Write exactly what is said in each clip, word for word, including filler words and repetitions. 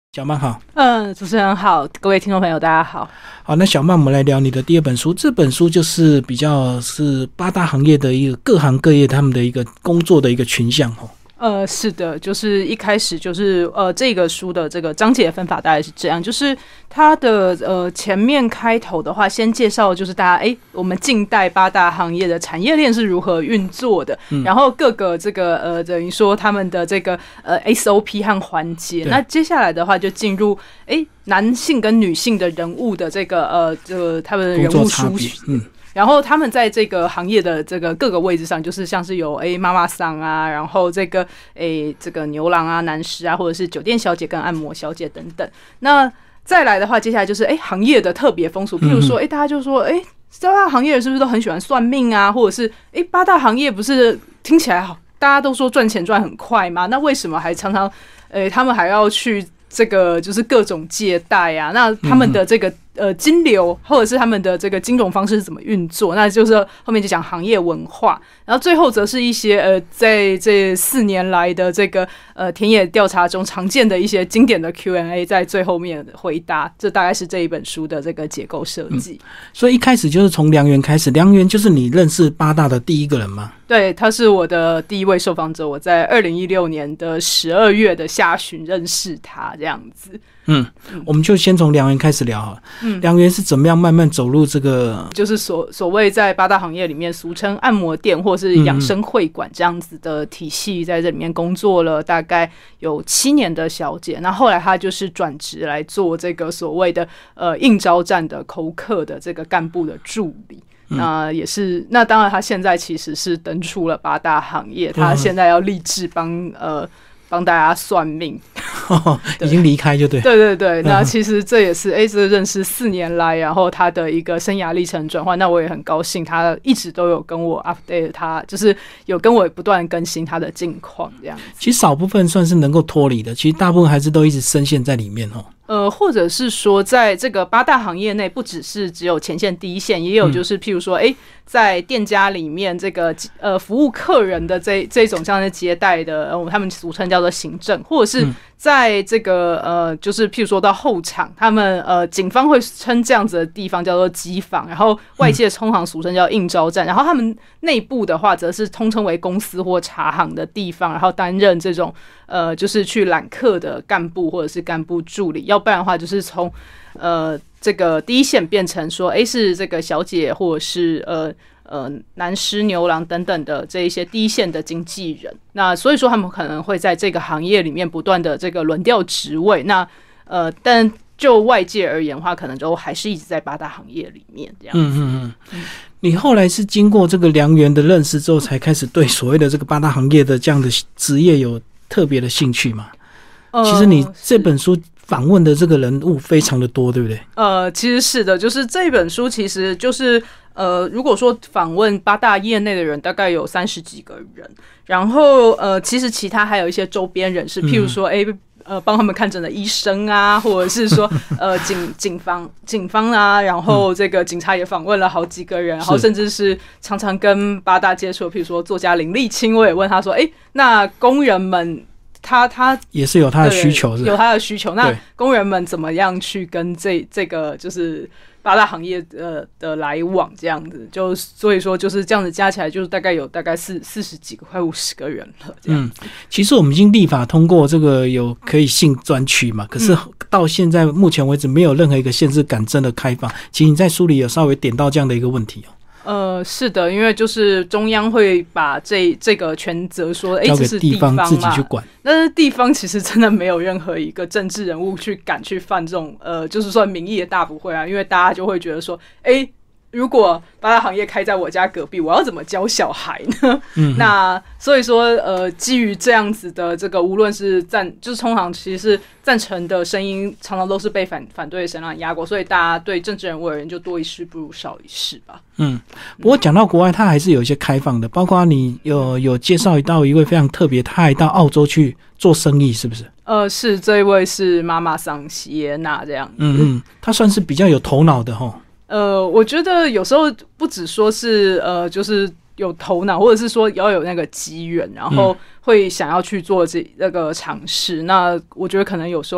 小曼好。 嗯，主持人好，各位听众朋友大家好。 好，那小曼，我们来聊你的第二本书。这本书就是比较是八大行业的一个各行各业他们的一个工作的一个群像哦。 呃，是的，就是一开始就是呃，这个书的这个章节分法大概是这样，就是它的呃前面开头的话，先介绍就是大家哎，我们近代八大行业的产业链是如何运作的，嗯、然后各个这个呃等于说他们的这个呃 S O P 和环节。那接下来的话就进入哎男性跟女性的人物的这个呃这个他们的人物书写。嗯。然后他们在这个行业的这个各个位置上，就是像是有诶妈妈桑啊，然后这个诶这个牛郎啊、男士啊，或者是酒店小姐跟按摩小姐等等。那再来的话，接下来就是诶行业的特别风俗，譬如说诶大家就说诶八大行业是不是都很喜欢算命啊，或者是诶八大行业不是听起来好，大家都说赚钱赚很快吗？那为什么还常常诶他们还要去这个就是各种借贷啊？那他们的这个。呃，金流或者是他们的这个金融方式是怎么运作？那就是后面就讲行业文化，然后最后则是一些呃，在这四年来的这个呃田野调查中常见的一些经典的 Q and A， 在最后面回答。这大概是这一本书的这个结构设计。嗯、 所以一开始就是从梁元开始，梁元就是你认识八大的第一个人吗？ 对，他是我的第一位受访者。我在二零一六年的十二月的下旬认识他，这样子。 嗯，我们就先从梁元开始聊好了。嗯，梁元是怎么样慢慢走入这个， 就是所所谓在八大行业里面俗称按摩店或是养生会馆这样子的体系，在这里面工作了大概有七年的小姐。那后来她就是转职来做这个所谓的呃应招站的口渴的这个干部的助理。那也是，那当然他现在其实是登出了八大行业，他现在要立志帮呃。帮大家算命、 哦、已经离开就对对对对，那其实这也是哎，这认识四年来，然后他的一个生涯历程转换。那我也很高兴，他一直都有跟我 update， 他就是有跟我不断更新他的近况这样子。 其实少部分算是能够脱离的，其实大部分还是都一直深陷在里面哦。 呃，或者是说，在这个八大行业内，不只是只有前线、第一线，也有就是譬如说，哎、嗯，在店家里面这个呃服务客人的这这种这样的接待的，呃，他们俗称叫做行政，或者是在这个呃，就是譬如说到后场，他们呃警方会称这样子的地方叫做机房，然后外界通常俗称叫应招站，然后他们内部的话，则是通称为公司或茶行的地方，然后担任这种呃，就是去揽客的干部或者是干部助理，要不然的话就是从呃这个第一线变成说，哎，是这个小姐或者是呃呃男师牛郎等等的这一些第一线的经纪人。那所以说他们可能会在这个行业里面不断的这个轮调职位。那呃，但就外界而言的话，可能就还是一直在八大行业里面这样子。嗯嗯嗯。你后来是经过这个梁元的认识之后，才开始对所谓的这个八大行业的这样的职业有特别的兴趣吗？呃、其实你这本书访问的这个人物非常的多，对不对？ 呃，其实是的，就是这本书其实就是呃，如果说访问八大业内的人，大概有三十几个人，然后呃，其实其他还有一些周边人士，譬如说，哎、嗯。呃，帮他们看诊的医生啊，或者是说，呃，警警方警方啊，然后这个警察也访问了好几个人，然后甚至是常常跟八大接触，譬如说作家林立青，我也问他说，哎，那工人们他他也是有他的需求是， 有他的需求，那工人们怎么样去跟这这个就是八大行业的的来往这样子，就所以说就是这样子加起来，就是大概有大概四四十几个，快五十个人了这样子。 嗯，其实我们已经立法通过这个有可以性专区嘛，可是到现在目前为止没有任何一个县市敢真的开放。其实你在书里有稍微点到这样的一个问题哦。 呃，是的，因为就是中央会把这这个权责说，哎，这是地方嘛， 自己去管。 但是地方其实真的没有任何一个政治人物去敢去犯这种呃，就是说民意的大不会啊，因为大家就会觉得说，哎，如果八大行业开在我家隔壁，我要怎么教小孩呢？嗯，那所以说，呃，基于这样子的这个，无论是赞，就是通常其实是赞成的声音，常常都是被反反对的声浪压过，所以大家对政治人物而言，就多一事不如少一事吧。 嗯，不过讲到国外，它还是有一些开放的，包括你有有介绍到一位非常特别，他还到澳洲去做生意，是不是？ 呃，是这一位是妈妈桑席耶娜这样子。 嗯嗯，他算是比较有头脑的齁。 呃，我觉得有时候不只说是呃，就是有头脑，或者是说要有那个机缘，然后会想要去做这那个尝试。那我觉得可能有时候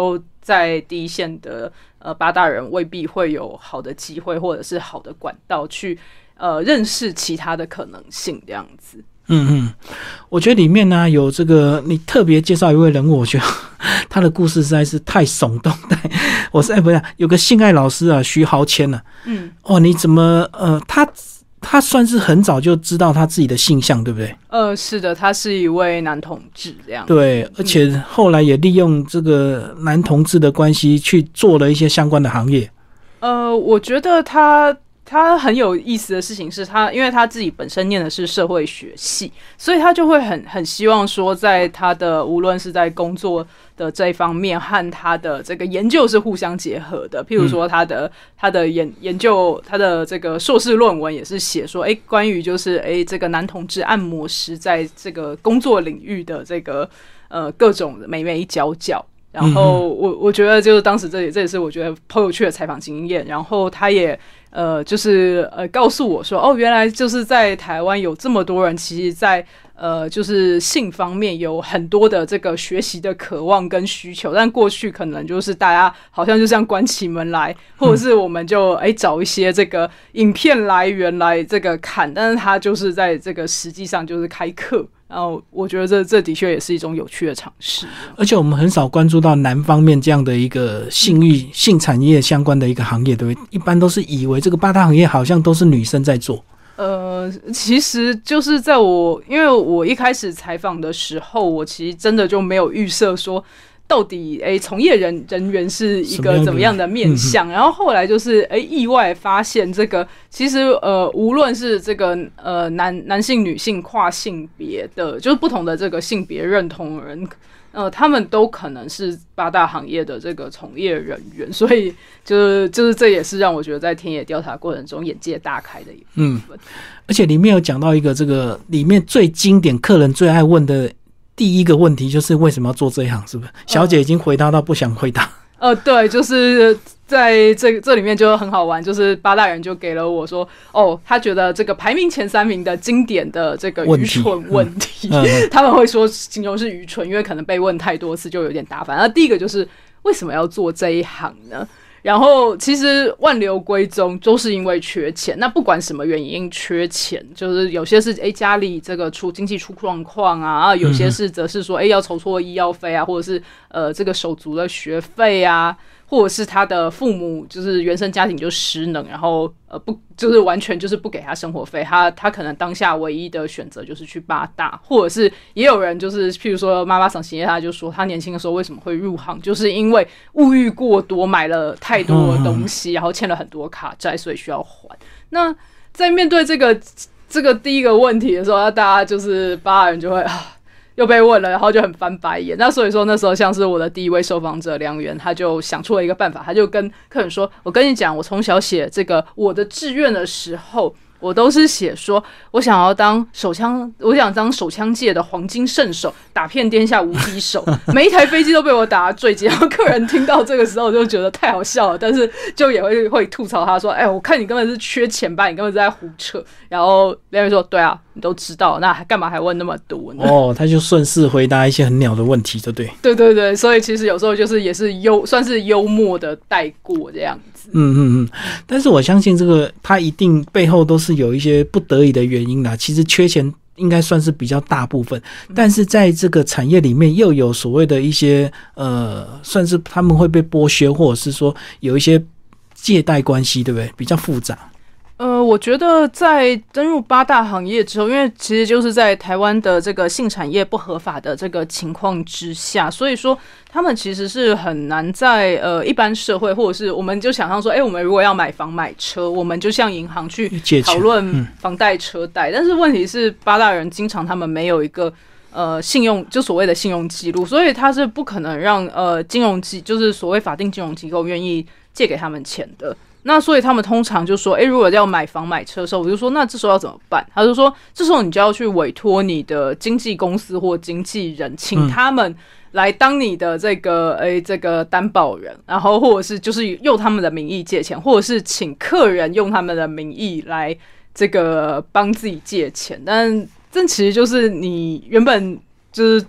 在第一线的呃八大人未必会有好的机会或者是好的管道去呃认识其他的可能性这样子。 嗯嗯，我觉得里面呢有这个，你特别介绍一位人物，我觉得他的故事实在是太耸动。我是哎不是有个性爱老师啊，徐豪谦啊，嗯，哦，你怎么呃他？他算是很早就知道他自己的性向，对不对？ 呃，是的，他是一位男同志这样。 对，而且后来也利用这个男同志的关系去做了一些相关的行业。 呃，我觉得他他很有意思的事情是他，因为他自己本身念的是社会学系，所以他就会很很希望说，在他的无论是在工作的这一方面和他的这个研究是互相结合的。譬如说他的、嗯、他的研研究，他的这个硕士论文也是写说，哎，关于就是哎这个男同志按摩师在这个工作领域的这个呃各种眉眉角角。然后我我觉得就是当时这也这也是我觉得颇有趣的采访经验。然后他也呃就是呃告诉我说，哦，原来就是在台湾有这么多人，其实在呃就是性方面有很多的这个学习的渴望跟需求，但过去可能就是大家好像就这样关起门来，或者是我们就哎找一些这个影片来源来这个看，但是他就是在这个实际上就是开课。然后我觉得这这的确也是一种有趣的尝试， 而且我们很少关注到男方面这样的一个性欲、嗯、性产业相关的一个行业，对不对？一般都是以为这个八大行业好像都是女生在做。 呃，其实就是在我因为我一开始采访的时候，我其实真的就没有预设说到底诶从业人人员是一个怎么样的面向，然后后来就是诶意外发现这个其实呃无论是这个呃男男性女性跨性别的就是不同的这个性别认同的人，呃他们都可能是八大行业的这个从业人员，所以就是就是这也是让我觉得在田野调查过程中眼界大开的一部分。嗯， 而且里面有讲到一个这个里面最经典客人最爱问的第一个问题就是为什么要做这一行，是不是？小姐已经回答到不想回答。 呃，对，就是在这这里面就很好玩，就是八大人就给了我说，哦，他觉得这个排名前三名的经典的这个愚蠢问题，问题嗯、他们会说形容是愚蠢，因为可能被问太多次就有点打反。那第一个就是为什么要做这一行呢？然后其实万流归宗都是因为缺钱，那不管什么原因缺钱，就是有些是哎家里这个出经济出状况啊，有些是则是说哎要筹措医药费啊，或者是呃这个手足的学费啊，或者是他的父母就是原生家庭就失能，然后呃不就是完全就是不给他生活费，他他可能当下唯一的选择就是去八大，或者是也有人就是譬如说妈妈桑行业，他就说他年轻的时候为什么会入行，就是因为物欲过多，买了太多的东西，然后欠了很多卡债，所以需要还。那在面对这个这个第一个问题的时候，大家就是八大人就会啊。又被问了，然后就很翻白眼。那所以说那时候像是我的第一位受访者梁元，他就想出了一个办法，他就跟客人说，我跟你讲，我从小写这个我的志愿的时候，我都是写说我想要当手枪，我想当手枪界的黄金圣手，打遍天下无敌手，每一台飞机都被我打得坠机。然后客人听到这个时候就觉得太好笑了，但是就也会会吐槽他说，哎，我看你根本是缺钱吧，你根本是在胡扯。然后梁元说，对啊，你都知道，那干嘛还问那么多呢？ 哦，他就顺势回答一些很鸟的问题，对不对？ 对对对，所以其实有时候就是也是幽，算是幽默的带过这样子。 嗯嗯嗯，但是我相信这个他一定背后都是有一些不得已的原因啦。其实缺钱应该算是比较大部分，但是在这个产业里面又有所谓的一些呃，算是他们会被剥削，或者是说有一些借贷关系，对不对？比较复杂。 呃，我觉得在登入八大行业之后，因为其实就是在台湾的这个性产业不合法的这个情况之下，所以说他们其实是很难在呃一般社会，或者是我们就想象说，哎，我们如果要买房买车，我们就向银行去讨论房贷车贷，嗯、但是问题是八大人经常他们没有一个呃信用，就所谓的信用记录，所以他是不可能让呃金融机，就是所谓法定金融机构愿意借给他们钱的。那所以他们通常就说，诶，如果要买房买车的时候，我就说那这时候要怎么办？他就说这时候你就要去委托你的经纪公司或经纪人，请他们来当你的这个诶这个担保人，然后或者是就是用他们的名义借钱，或者是请客人用他们的名义来这个帮自己借钱。但这其实就是你原本就是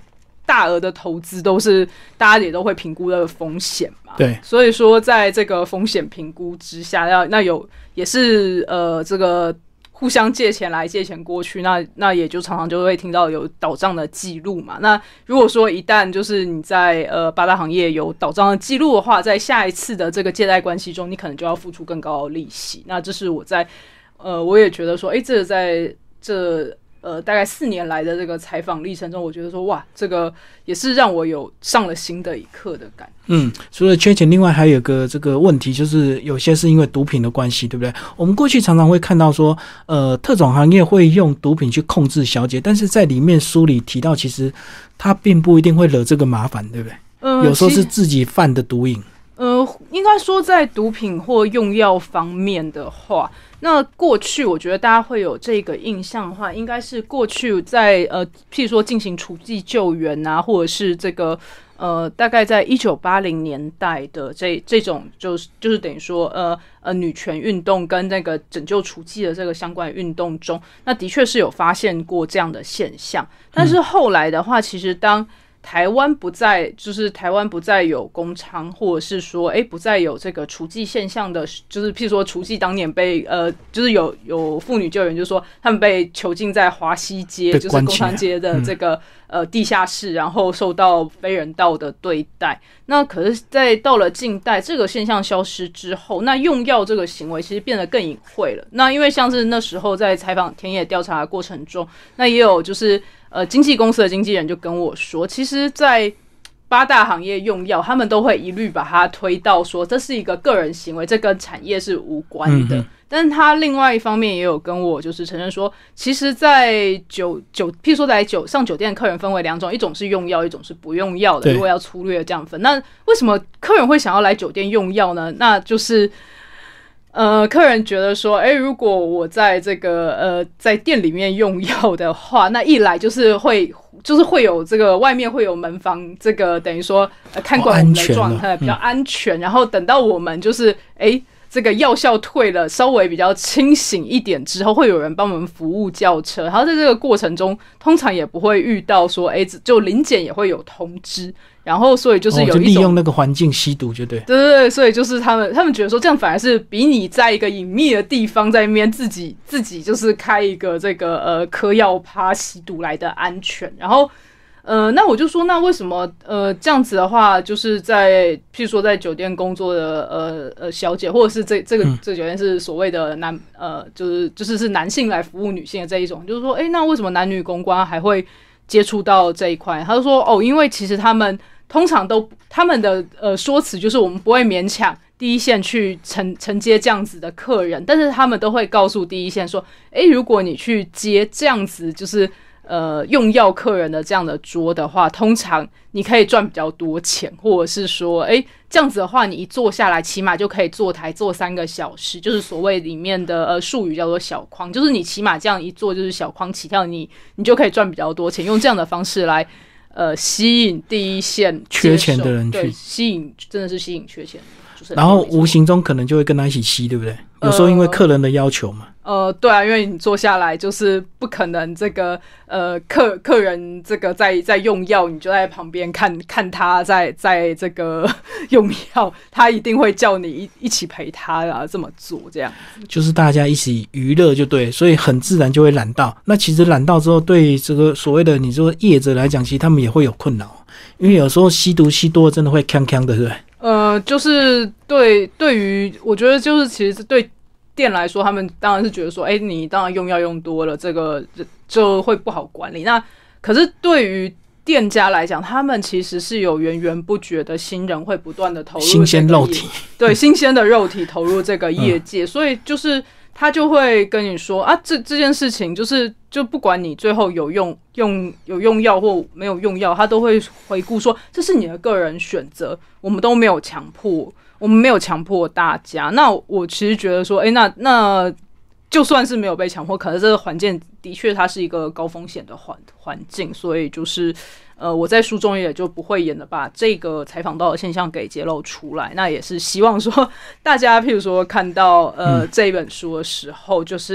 大额的投资都是大家也都会评估的风险嘛。 对， 所以说在这个风险评估之下，要那有也是呃这个。互相借钱来借钱过去，那那也就常常就会听到有倒账的记录嘛。那如果说一旦就是你在呃八大行业有倒账的记录的话，在下一次的这个借贷关系中，你可能就要付出更高的利息。那这是我在呃我也觉得说，哎，这个在这呃大概四年来的这个采访历程中，我觉得说哇，这个也是让我有上了新的一课的感觉。 嗯，除了缺钱，另外还有个这个问题，就是有些是因为毒品的关系，对不对？我们过去常常会看到说，呃，特种行业会用毒品去控制小姐，但是在里面书里提到，其实他并不一定会惹这个麻烦，对不对？呃，有时候是自己犯的毒瘾。 呃，应该说在毒品或用药方面的话，那过去我觉得大家会有这个印象的话，应该是过去在呃，譬如说进行处剂救援啊，或者是这个呃，大概在一九八零年代的这这种就是就是等于说呃呃女权运动跟那个拯救处剂的这个相关运动中，那的确是有发现过这样的现象，但是后来的话，其实当台湾不再就是台湾不再有公娼，或者是说，哎，不再有这个除妓现象的，就是譬如说除妓当年被呃，就是有有妇女救援，就是说他们被囚禁在华西街，就是工商街的这个、嗯、呃地下室，然后受到非人道的对待。那可是，在到了近代，这个现象消失之后，那用药这个行为其实变得更隐晦了。那因为像是那时候在采访田野调查的过程中，那也有就是。呃，经纪公司的经纪人就跟我说，其实在八大行业用药，他们都会一律把它推到说这是一个个人行为，这跟产业是无关的。嗯、但是他另外一方面也有跟我就是承认说，其实在酒酒，譬如说在酒上酒店的客人分为两种，一种是用药，一种是不用药的。如果要粗略这样分，那为什么客人会想要来酒店用药呢？那就是呃，客人觉得说，哎，如果我在这个呃在店里面用药的话，那一来就是会就是会有这个外面会有门房，这个等于说、呃、看管我们的状态、哦、比较安全、嗯，然后等到我们就是哎这个药效退了，稍微比较清醒一点之后，会有人帮我们服务叫车，然后在这个过程中，通常也不会遇到说，哎，就临检也会有通知。然后，所以就是有一种、哦、就利用那个环境吸毒，就对， 对对对，所以就是他们，他们觉得说这样反而是比你在一个隐秘的地方在那边自己自己就是开一个这个呃嗑药趴吸毒来的安全。然后，呃，那我就说，那为什么呃这样子的话，就是在譬如说在酒店工作的呃呃小姐，或者是这这个、嗯、这个酒店是所谓的男呃就是就是是男性来服务女性的这一种，就是说，哎，那为什么男女公关还会接触到这一块？他就说，哦，因为其实他们。通常都他们的呃说辞就是我们不会勉强第一线去承承接这样子的客人，但是他们都会告诉第一线说，诶，如果你去接这样子就是呃用药客人的这样的桌的话，通常你可以赚比较多钱，或者是说，诶，这样子的话，你一坐下来起码就可以坐台坐三个小时，就是所谓里面的呃术语叫做小框，就是你起码这样一坐就是小框起跳，你你就可以赚比较多钱，用这样的方式来。呃，吸引第一线缺钱的人去， 对，吸引真的是吸引缺钱的，就是。 然后无形中可能就会跟他一起吸，对不对？有时候因为客人的要求嘛。 呃，对啊，因为你坐下来就是不可能这个呃客客人这个在在用药，你就在旁边看看他在在这个用药，他一定会叫你一一起陪他啊这么做，这样就是大家一起娱乐就对，所以很自然就会染到。那其实染到之后，对这个所谓的你说业者来讲，其实他们也会有困扰，因为有时候吸毒吸多真的会呛呛的，对不对？ 呃，就是对对于我觉得就是其实对。店来说，他们当然是觉得说，哎、欸，你当然用药用多了，这个就就会不好管理。那可是对于店家来讲，他们其实是有源源不绝的新人会不断的投入新鲜肉体， 对新鲜的肉体投入这个业界，嗯、所以就是他就会跟你说啊，这这件事情就是就不管你最后有用用有用药或没有用药，他都会回顾说这是你的个人选择，我们都没有强迫。我们没有强迫大家，那我其实觉得说，哎、欸，那那就算是没有被强迫，可能这个环境的确它是一个高风险的环环境，所以就是呃，我在书中也就不讳言的把这个采访到的现象给揭露出来。那也是希望说大家，譬如说看到呃、嗯、这一本书的时候，就是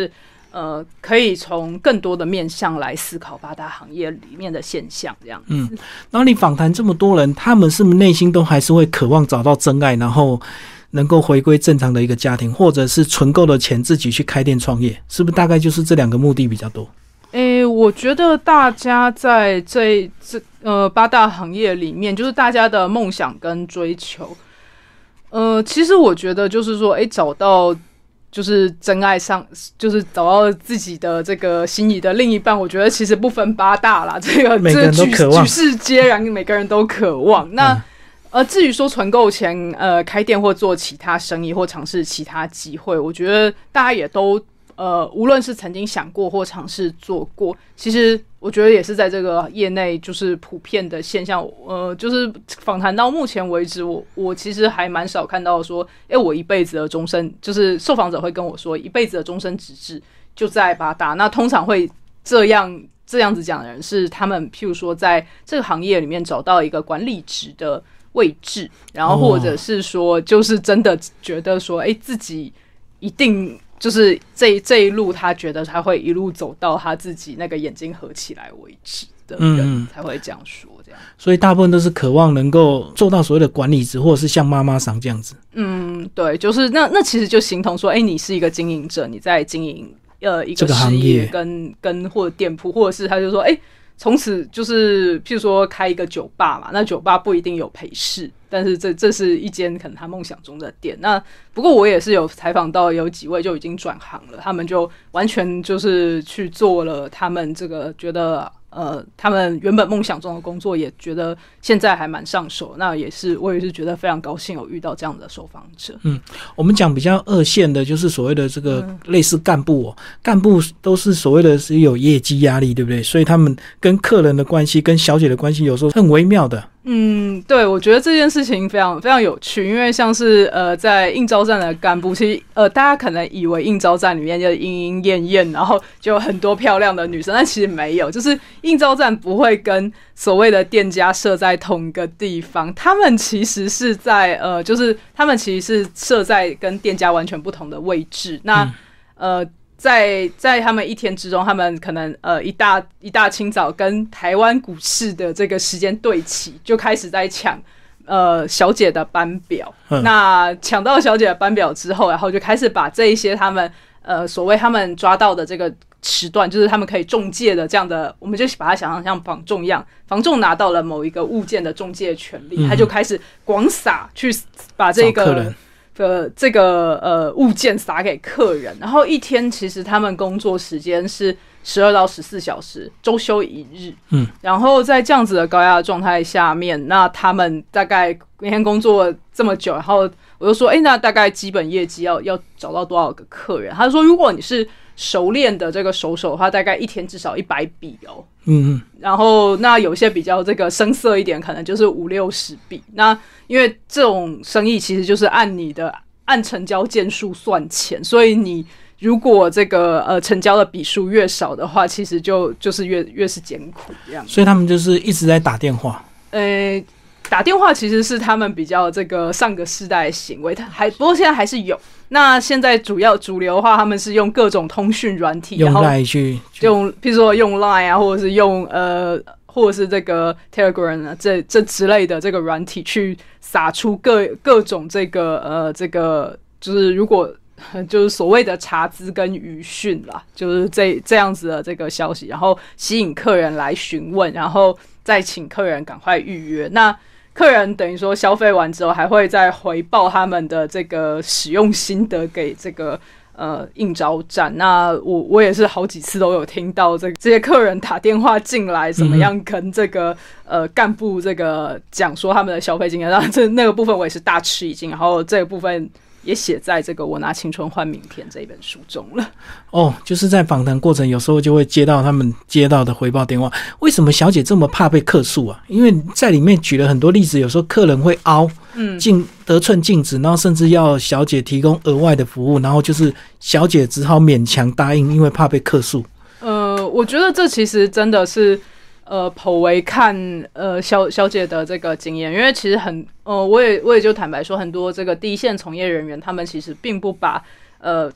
呃，可以从更多的面向来思考八大行业里面的现象，这样子。嗯， 然后你访谈这么多人，他们是不是内心都还是会渴望找到真爱，然后能够回归正常的一个家庭，或者是存够了钱自己去开店创业？是不是大概就是这两个目的比较多？ 诶、欸，我觉得大家在这这呃八大行业里面，就是大家的梦想跟追求。呃，其实我觉得就是说，诶、欸，找到。就是真爱上，就是找到自己的这个心仪的另一半，我觉得其实不分八大啦，这个每个人都渴望， 举世皆然，每个人都渴望。那、嗯、呃，至于说存够钱，呃，开店或做其他生意或尝试其他机会，我觉得大家也都呃，无论是曾经想过或尝试做过，其实我觉得也是在这个业内就是普遍的现象。呃，就是访谈到目前为止，我我其实还蛮少看到说，哎、欸，我一辈子的终身，就是受访者会跟我说，一辈子的终身职志就在八大。那通常会这样这样子讲的人，是他们譬如说在这个行业里面找到一个管理职的位置，然后或者是说，就是真的觉得说，哎、欸，自己一定。就是这这一路，他觉得他会一路走到他自己那个眼睛合起来为止的人才会这样说，这样。 所以大部分都是渴望能够做到所谓的管理职，或者是像妈妈桑这样子。 嗯，对，就是那那其实就形同说，哎、欸，你是一个经营者，你在经营呃一个事业跟跟或者店铺，或者是他就说，哎、欸。从此就是，譬如说开一个酒吧嘛，那酒吧不一定有陪侍，但是这这是一间可能他梦想中的店。那不过我也是有采访到有几位就已经转行了，他们就完全就是去做了他们这个觉得呃他们原本梦想中的工作，也觉得现在还蛮上手。那也是我也是觉得非常高兴有遇到这样的受访者。 嗯，我们讲比较二线的，就是所谓的这个类似干部哦，嗯、干部都是所谓的是有业绩压力，对不对？所以他们跟客人的关系、跟小姐的关系，有时候很微妙的。 嗯，对，我觉得这件事情非常非常有趣，因为像是呃，在应招站的干部，其实呃，大家可能以为应招站里面就莺莺燕燕，然后就有很多漂亮的女生，但其实没有，就是应招站不会跟所谓的店家设在同一个地方，他们其实是在呃，就是他们其实是设在跟店家完全不同的位置，那、嗯、呃。在在他们一天之中，他们可能呃一大一大清早跟台湾股市的这个时间对齐，就开始在抢呃小姐的班表。嗯、那抢到小姐的班表之后，然后就开始把这一些他们呃所谓他们抓到的这个时段，就是他们可以中介的这样的，我们就把它想象像房仲一样，房仲拿到了某一个物件的中介权利，嗯、他就开始广撒去把这个。呃，这个呃物件撒给客人，然后一天其实他们工作时间是十二到十四小时，周休一日。嗯，然后在这样子的高压的状态下面，那他们大概每天工作这么久，然后我就说，哎，那大概基本业绩要要找到多少个客人？他就说，如果你是熟练的这个手手的话，大概一天至少一百笔哦。嗯嗯。然后那有些比较这个生涩一点，可能就是五六十笔。那因为这种生意其实就是按你的按成交件数算钱，所以你如果这个呃成交的笔数越少的话，其实就就是越越是艰苦这样。 所以他们就是一直在打电话。 呃，打电话其实是他们比较这个上个世代的行为，他还不过现在还是有。那现在主要主流的话，他们是用各种通讯软体， 用 Line 去用，譬如说用 Line 啊，或者是用呃。或者是这个 Telegram 啊，这这之类的这个软体去撒出各各种这个呃这个就是如果就是所谓的查资跟语讯啦，就是这这样子的这个消息，然后吸引客人来询问，然后再请客人赶快预约。那客人等于说消费完之后，还会再回报他们的这个使用心得给这个。呃，应招站，那我我也是好几次都有听到这这些客人打电话进来，怎么样跟这个、嗯、呃干部这个讲说他们的消费经验，然后这那个部分我也是大吃一惊，然后这个部分也写在这个《我拿青春换明天》这一本书中了。 哦，就是在访谈过程，有时候就会接到他们接到的回报电话。为什么小姐这么怕被客诉啊？因为在里面举了很多例子，有时候客人会凹，嗯，进得寸进尺，然后甚至要小姐提供额外的服务，然后就是小姐只好勉强答应，因为怕被客诉。 呃，我觉得这其实真的是。呃，颇为看呃小小姐的这个经验，因为其实很呃，我也我也就坦白说，很多这个第一线从业人员，他们其实并不把呃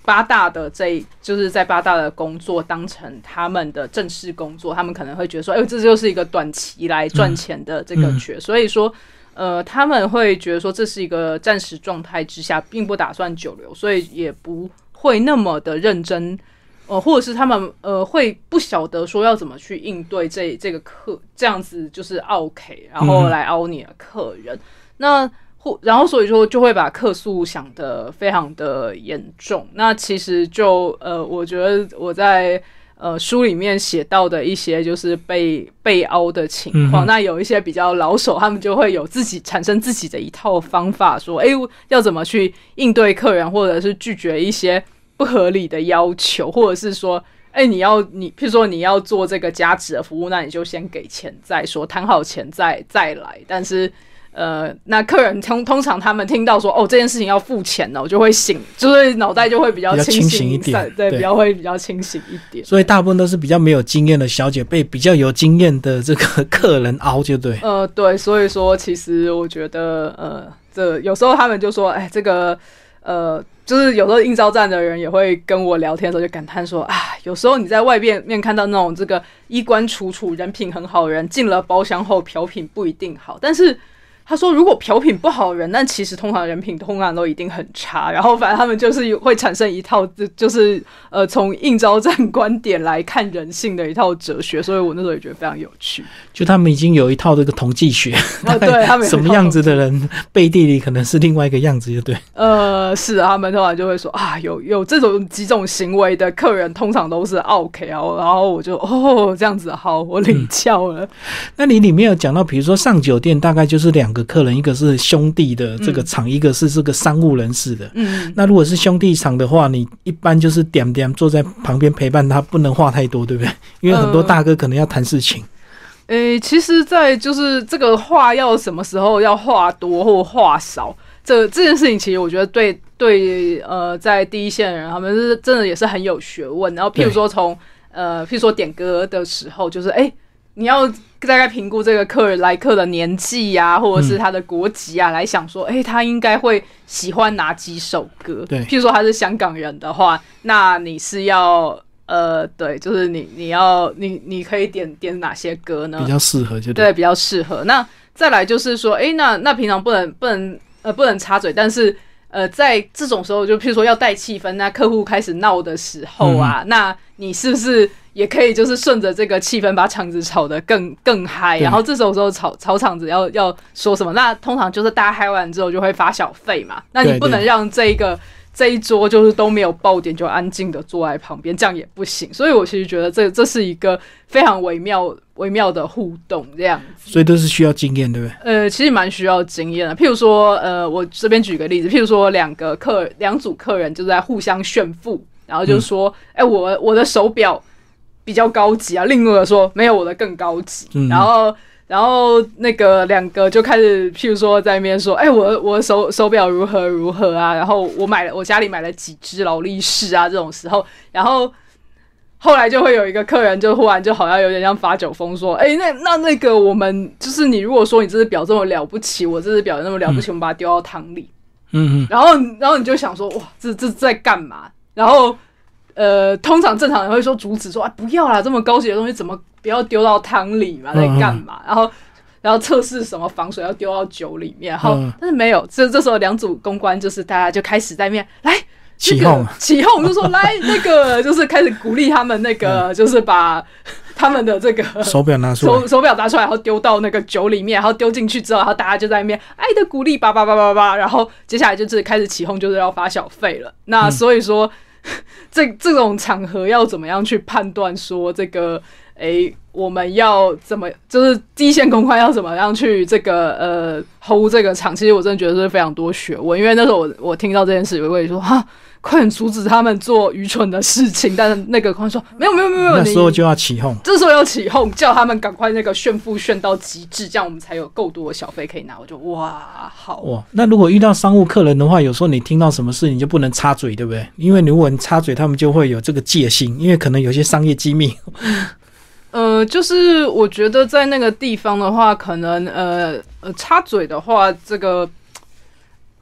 八大的这就是在八大的工作当成他们的正式工作，他们可能会觉得说，哎，这就是一个短期来赚钱的这个缺，嗯嗯、所以说，呃，他们会觉得说这是一个暂时状态之下，并不打算久留，所以也不会那么的认真。呃，或者是他们呃会不晓得说要怎么去应对这这个客这样子就是凹 K， 然后来凹你的客人，嗯、那或然后所以说就会把客诉想得非常的严重。那其实就呃，我觉得我在呃书里面写到的一些就是被被凹的情况，嗯、那有一些比较老手，他们就会有自己产生自己的一套方法，说哎要怎么去应对客人，或者是拒绝一些不合理的要求，或者是说，哎、欸，你要你，譬如说你要做这个加值的服务，那你就先给钱再说，谈好钱再再来。但是，呃，那客人通通常他们听到说，哦，这件事情要付钱哦，就会醒，就是脑袋就会比较清醒一点， 对，比较会比较清醒一点。 所以大部分都是比较没有经验的小姐被比较有经验的这个客人凹，就对。 呃，对，所以说其实我觉得，呃，这有时候他们就说，哎，这个。呃，就是有时候应召站的人也会跟我聊天的时候就感叹说啊，有时候你在外面面看到那种这个衣冠楚楚、人品很好的人，进了包厢后嫖品不一定好，但是他说如果嫖品不好的人，但其实通常人品通常都一定很差，然后反正他们就是会产生一套就是呃从应召站观点来看人性的一套哲学，所以我那时候也觉得非常有趣。 就他们已经有一套这个统计学， 哦、对他们什么样子的人背地里可能是另外一个样子，就对。 呃，是啊，他们通常就会说啊，有有这种几种行为的客人，通常都是 OK 啊，然后我就哦这样子好，我领教了。嗯、 那你里面有讲到，比如说上酒店大概就是两个客人，一个是兄弟的这个场，嗯、一个是这个商务人士的。嗯，那如果是兄弟场的话，你一般就是点点坐在旁边陪伴他，不能话太多，对不对？因为很多大哥可能要谈事情。 呃，诶，其实，在就是这个话要什么时候要话多或话少，这这件事情，其实我觉得对对呃，在第一线的人，他们是真的也是很有学问。然后，譬如说从呃，譬如说点歌的时候，就是哎。你要大概评估这个客人来客的年纪啊，或者是他的国籍啊，嗯、来想说，哎、欸，他应该会喜欢哪几首歌？对，譬如说他是香港人的话，那你是要呃，对，就是你你要你你可以点点哪些歌呢？ 比较适合就 对, 对，比较适合。那再来就是说，哎、欸，那那平常不能不能呃不能插嘴，但是呃，在这种时候，就譬如说要带气氛，那客户开始闹的时候啊，嗯、那你是不是？也可以就是顺着这个气氛把场子炒得更更嗨，然后这种时候炒炒场子要要说什么？那通常就是大家嗨完之后就会发小费嘛，那你不能让这一个这一桌就是都没有爆点就安静的坐在旁边，这样也不行。所以我其实觉得这这是一个非常微妙微妙的互动这样子， 所以都是需要经验，对不对？ 呃，其实蛮需要经验的。譬如说，呃，我这边举个例子，譬如说两个客两组客人就在互相炫富，然后就说，哎、嗯欸，我我的手表比较高级啊，另一个说没有我的更高级，嗯、然后然后那个两个就开始，譬如说在那边说，哎、欸，我我手手表如何如何啊，然后我买了我家里买了几只劳力士啊，这种时候，然后后来就会有一个客人就忽然就好像有点像发酒疯说，哎、欸，那那那个我们就是你如果说你这只表这么了不起，我这只表那么了不起，嗯、我们把它丢到汤里，嗯嗯，然后然后你就想说，哇，这这在干嘛？然后。呃，通常正常人会说阻止说，哎，不要啦，这么高级的东西怎么不要丢到汤里嘛，在干嘛？嗯、然后，然后测试什么防水要丢到酒里面，然后、嗯、但是没有，这这时候两组公关就是大家就开始在那边来起哄， 起哄就说来那个就是开始鼓励他们那个、嗯、就是把他们的这个手表拿出来， 手手表拿出来，然后丢到那个酒里面，然后丢进去之后，然后大家就在那边爱的鼓励叭叭叭叭叭，然后接下来就是开始起哄，就是要发小费了。那所以说。嗯这这种场合要怎么样去判断说这个诶我们要怎么就是第一线公关要怎么样去这个呃 hold 这个场，其实我真的觉得是非常多学问。因为那时候我我听到这件事，我会说哈，快点阻止他们做愚蠢的事情。但是那个公关说没有没有没有， 那时候就要起哄， 这时候要起哄，叫他们赶快那个炫富炫到极致，这样我们才有够多的小费可以拿。我就哇好哇，那如果遇到商务客人的话，有时候你听到什么事你就不能插嘴，对不对？因为如果你插嘴，他们就会有这个戒心，因为可能有些商业机密。 呃，就是我觉得在那个地方的话，可能呃呃插嘴的话，这个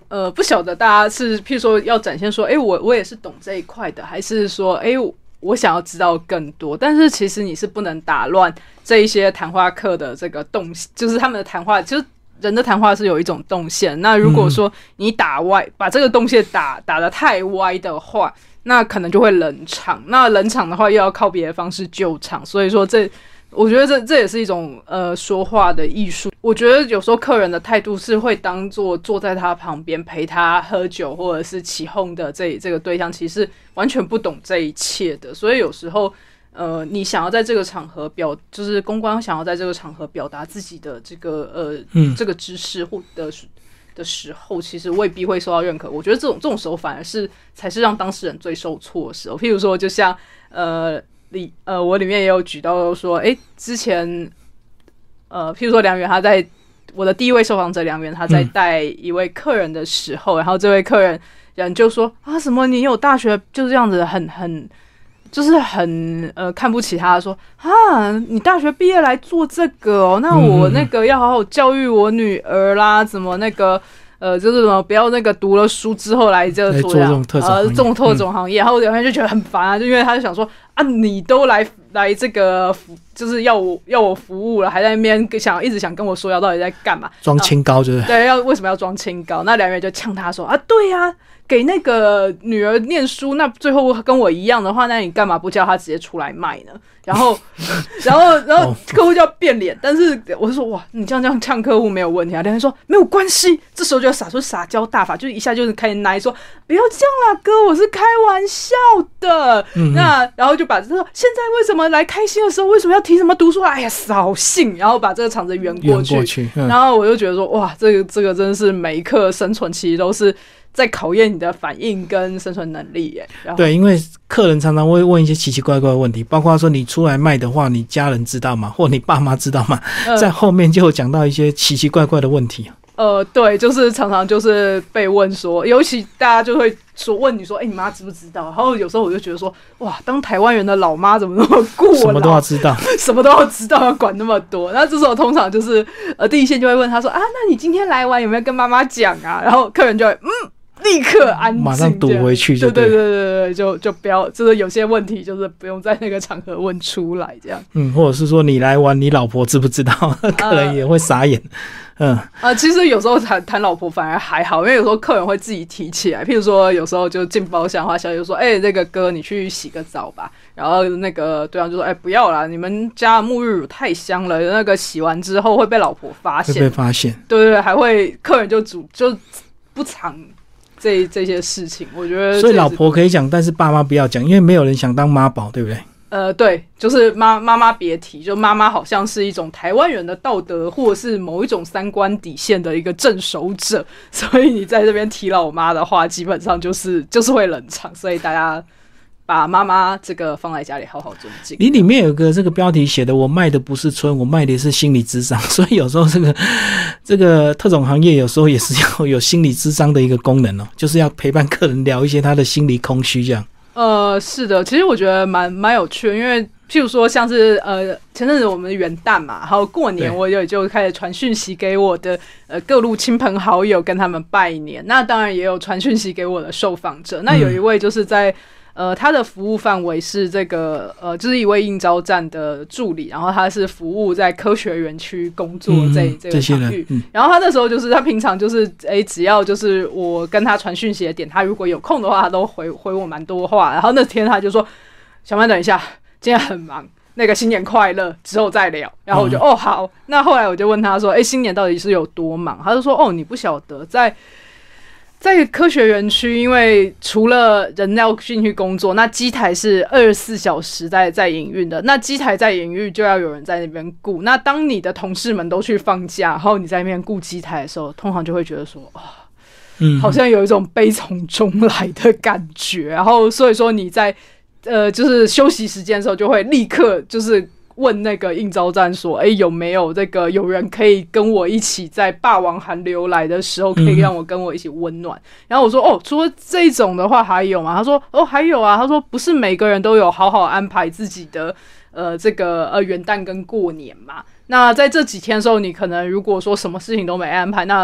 呃，不晓得大家是譬如说要展现说，哎、欸，我我也是懂这一块的，还是说，哎、欸，我想要知道更多。但是其实你是不能打乱这一些谈话课的这个动，就是他们的谈话，就是人的谈话是有一种动线。那如果说你打歪，把这个动线打打得太歪的话，那可能就会冷场。那冷场的话，又要靠别的方式救场。所以说这。我觉得这这也是一种呃说话的艺术。我觉得有时候客人的态度是会当做坐在他旁边陪他喝酒或者是起哄的这这个对象，其实完全不懂这一切的。所以有时候呃，你想要在这个场合表，就是公关想要在这个场合表达自己的这个呃、嗯、这个知识或的的时候，其实未必会受到认可。我觉得这种这种时候反而是才是让当事人最受挫的时候。譬如说，就像呃。里呃，我里面也有举到说，哎，之前呃，譬如说梁元他在我的第一位受访者梁元他在带一位客人的时候，嗯、然后这位客人人就说啊，什么你有大学就是这样子很很就是很呃看不起他，说啊，你大学毕业来做这个哦，那我那个要好好教育我女儿啦，怎么那个。呃，就是什么不要那个读了书之后来这做这种特种呃这种特种行业，嗯、然后有人就觉得很烦啊，就因为他就想说啊，你都来来这个就是要我要我服务了，还在那边想一直想跟我说要到底在干嘛？ 装清高就是对，要为什么要装清高？那两人就呛他说啊，对呀、啊，给那个女儿念书，那最后跟我一样的话，那你干嘛不叫她直接出来卖呢？然后，然后，然后客户就要变脸，但是我就说哇，你这样这样呛客户没有问题啊？两人说没有关系，这时候就要撒出撒娇大法，就一下就是开始奶说不要这样啦，哥，我是开玩笑的。嗯、那然后就把这说现在为什么来开心的时候为什么要提什么读书？哎呀，扫兴！然后把这个场子圆过去， 圆过去嗯、 然后我就觉得说哇，这个这个真的是每一刻生存其实都是。在考验你的反应跟生存能力耶。 对，因为客人常常会问一些奇奇怪怪的问题，包括说你出来卖的话，你家人知道吗？或你爸妈知道吗？呃、在后面就有讲到一些奇奇怪怪的问题。 呃，对，就是常常就是被问说，尤其大家就会说问你说，哎、欸，你妈知不知道？然后有时候我就觉得说，哇，当台湾人的老妈怎么那么过劳， 什么都要知道， 什么都要知道，要管那么多。那这时候通常就是呃，第一线就会问他说，啊，那你今天来玩有没有跟妈妈讲啊？然后客人就会嗯。立刻安静， 马上堵回去就对，对对对对对，就就不要，就是有些问题就是不用在那个场合问出来这样。 嗯，或者是说你来玩，你老婆知不知道？客人也会傻眼。嗯啊、呃，其实有时候谈谈老婆反而还好，因为有时候客人会自己提起来，譬如说有时候就进包厢的话，小姐就说：“哎、欸，那个哥，你去洗个澡吧。”然后那个对方就说：“哎、欸，不要啦，你们家的沐浴乳太香了，那个洗完之后会被老婆发现， 会被发现。” 对对对，还会客人就主就不藏。这这些事情，我觉得所以老婆可以讲，但是爸妈不要讲，因为没有人想当妈宝，对不对？ 呃，对，就是妈妈妈别提，就妈妈好像是一种台湾人的道德或者是某一种三观底线的一个镇守者，所以你在这边提老妈的话，基本上就是就是会冷场，所以大家把妈妈这个放在家里好好尊敬。 你里面有个这个标题写的，我卖的不是春，我卖的是心理咨商，所以有时候这个这个特种行业有时候也是要有心理咨商的一个功能哦，就是要陪伴客人聊一些他的心理空虚这样。 呃，是的，其实我觉得蛮蛮有趣的，因为譬如说像是呃前阵子我们元旦嘛，还有过年，我也就开始传讯息给我的呃各路亲朋好友，跟他们拜年。那当然也有传讯息给我的受访者。那有一位就是在。嗯呃，他的服务范围是这个呃，就是一位应招站的助理，然后他是服务在科学园区工作这、嗯、这个场域、嗯。然后他那时候就是他平常就是哎，只要就是我跟他传讯息的点，他如果有空的话，他都回回我蛮多话。然后那天他就说：“小曼，等一下，今天很忙，那个新年快乐，之后再聊。”然后我就、嗯、哦好。那后来我就问他说：“哎，新年到底是有多忙？”他就说：“哦，你不晓得在。”在科学园区，因为除了人要进去工作，那机台是二十四小时在在营运的。那机台在营运，就要有人在那边顾。那当你的同事们都去放假，然后你在那边顾机台的时候，通常就会觉得说，啊、哦，嗯，好像有一种悲从中来的感觉。然后所以说你在呃，就是休息时间的时候，就会立刻就是问那个应招站说，哎，有没有这个有人可以跟我一起在霸王寒流来的时候，可以让我跟我一起温暖？嗯、然后我说，哦，除了这种的话还有吗？他说，哦，还有啊。他说，不是每个人都有好好安排自己的呃这个呃元旦跟过年嘛。那在这几天的时候，你可能如果说什么事情都没安排，那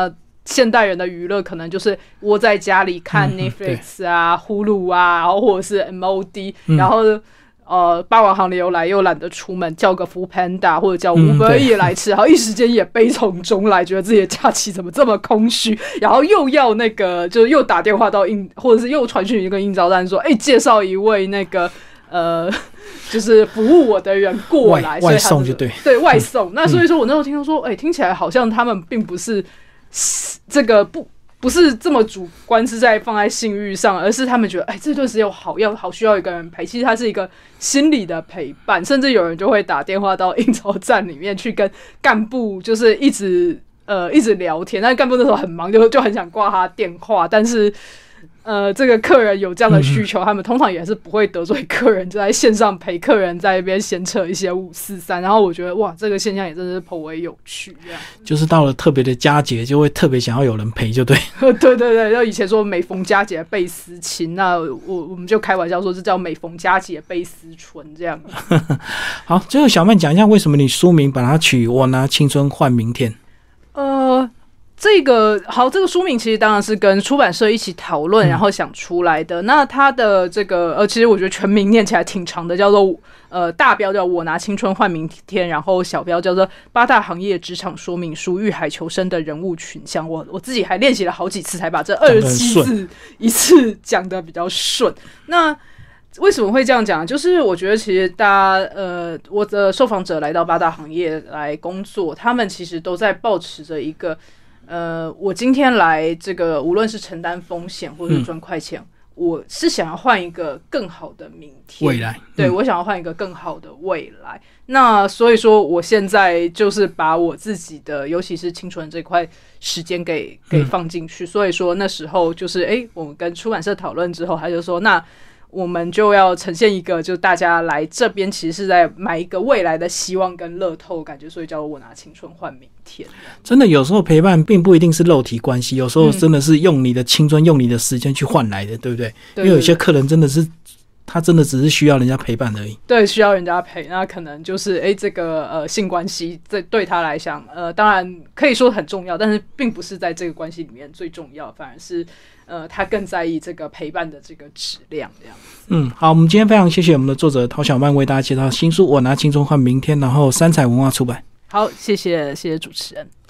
现代人的娱乐可能就是窝在家里看 Netflix 啊、Hulu 啊，然后或者是 M O D，、嗯、然后呃，霸王行列又来又懒得出门，叫个 Foodpanda 或者叫 Uber Eats 来吃，然后一时间也悲从中来，觉得自己的假期怎么这么空虚，然后又要那个就是又打电话到应，或者是又传讯一个应召单说，哎、欸，介绍一位那个呃。就是服务我的人过来， 外, 外送就对， 对外送、嗯。那所以说我那时候听说，哎、欸，听起来好像他们并不是这个不不是这么主观是在放在性欲上，而是他们觉得，哎、欸，这段时间我好要好需要一个人陪。其实它是一个心理的陪伴，甚至有人就会打电话到应召站里面去跟干部，就是一直呃一直聊天。但干部那时候很忙，就就很想挂他电话，但是。呃，这个客人有这样的需求、嗯，他们通常也是不会得罪客人，就在线上陪客人在那边闲扯一些五四三。然后我觉得哇，这个现象也真的是颇为有趣，这样。 就是到了特别的佳节，就会特别想要有人陪，就对。 对对对，就以前说每逢佳节倍思亲，那我我们就开玩笑说，这叫每逢佳节倍思春，这样。 好，最后小曼讲一下，为什么你书名把它取我拿青春换明天？ 呃。这个好，这个书名其实当然是跟出版社一起讨论，然后想出来的。嗯、那它的这个呃，其实我觉得全名念起来挺长的，叫做呃大标叫我拿青春换明天，然后小标叫做八大行业职场说明书，遇海求生的人物群像。我我自己还练习了好几次才把这二十七字一次讲得比较顺。那为什么会这样讲？就是我觉得其实大家呃，我的受访者来到八大行业来工作，他们其实都在抱持着一个。呃，我今天来这个，无论是承担风险或者赚快钱、嗯，我是想要换一个更好的明天， 未来。 对、 嗯、 我想要换一个更好的未来。那所以说，我现在就是把我自己的，尤其是青春这块时间给给放进去、嗯。所以说那时候就是，哎、欸，我们跟出版社讨论之后，他就说那。我们就要呈现一个，就大家来这边其实是在买一个未来的希望跟乐透感觉，所以叫我拿青春换明天。 真的有时候陪伴并不一定是肉体关系，有时候真的是用你的青春、嗯、用你的时间去换来的，对不对？对对对，因为有些客人真的是他真的只是需要人家陪伴而已。 对，需要人家陪，那可能就是哎，这个呃性关系这对他来讲，呃，当然可以说很重要，但是并不是在这个关系里面最重要，反而是。呃，他更在意这个陪伴的这个质量，这样子。 嗯，好，我们今天非常谢谢我们的作者陶小曼为大家介绍新书《我拿青春换明天》，然后三彩文化出版。 好，谢谢，谢谢主持人。